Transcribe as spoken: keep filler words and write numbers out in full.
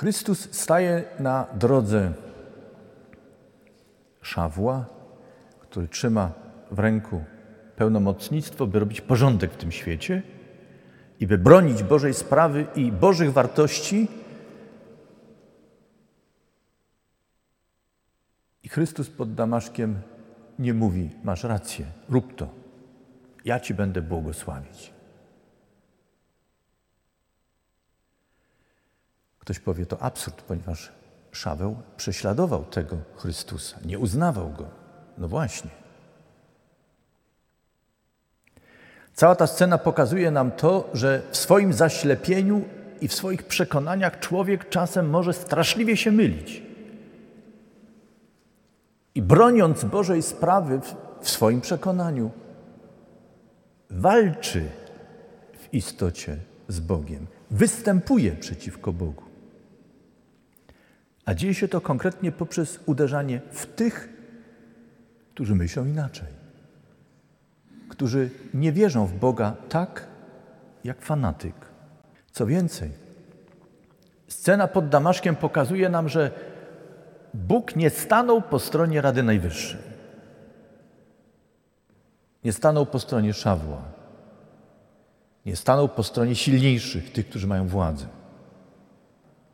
Chrystus staje na drodze Szawła, który trzyma w ręku pełnomocnictwo, by robić porządek w tym świecie i by bronić Bożej sprawy i Bożych wartości. I Chrystus pod Damaszkiem nie mówi: masz rację, rób to, ja ci będę błogosławić. Ktoś powie, to absurd, ponieważ Szaweł prześladował tego Chrystusa, nie uznawał go. No właśnie. Cała ta scena pokazuje nam to, że w swoim zaślepieniu i w swoich przekonaniach człowiek czasem może straszliwie się mylić. I broniąc Bożej sprawy w swoim przekonaniu, walczy w istocie z Bogiem, występuje przeciwko Bogu. A dzieje się to konkretnie poprzez uderzanie w tych, którzy myślą inaczej, którzy nie wierzą w Boga tak, jak fanatyk. Co więcej, scena pod Damaszkiem pokazuje nam, że Bóg nie stanął po stronie Rady Najwyższej. Nie stanął po stronie Szawła. Nie stanął po stronie silniejszych, tych, którzy mają władzę.